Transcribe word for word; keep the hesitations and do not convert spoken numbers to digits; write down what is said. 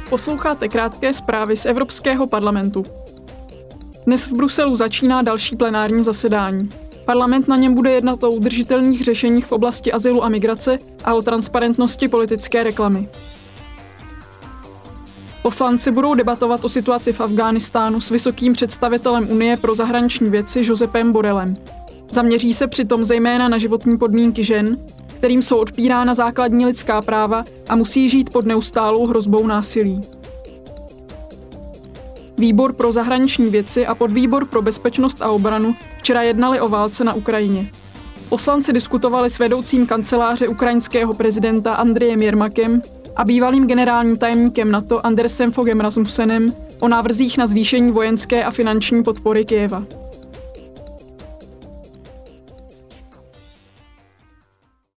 Posloucháte krátké zprávy z Evropského parlamentu. Dnes v Bruselu začíná další plenární zasedání. Parlament na něm bude jednat o udržitelných řešeních v oblasti azylu a migrace a o transparentnosti politické reklamy. Poslanci budou debatovat o situaci v Afghánistánu s vysokým představitelem Unie pro zahraniční věci Josepem Borrellem. Zaměří se přitom zejména na životní podmínky žen, kterým jsou odpírána základní lidská práva a musí žít pod neustálou hrozbou násilí. Výbor pro zahraniční věci a podvýbor pro bezpečnost a obranu včera jednali o válce na Ukrajině. Poslanci diskutovali s vedoucím kanceláře ukrajinského prezidenta Andrejem Jermakem a bývalým generálním tajemníkem NATO Andersem Foghem Rasmussenem o návrzích na zvýšení vojenské a finanční podpory Kyjeva.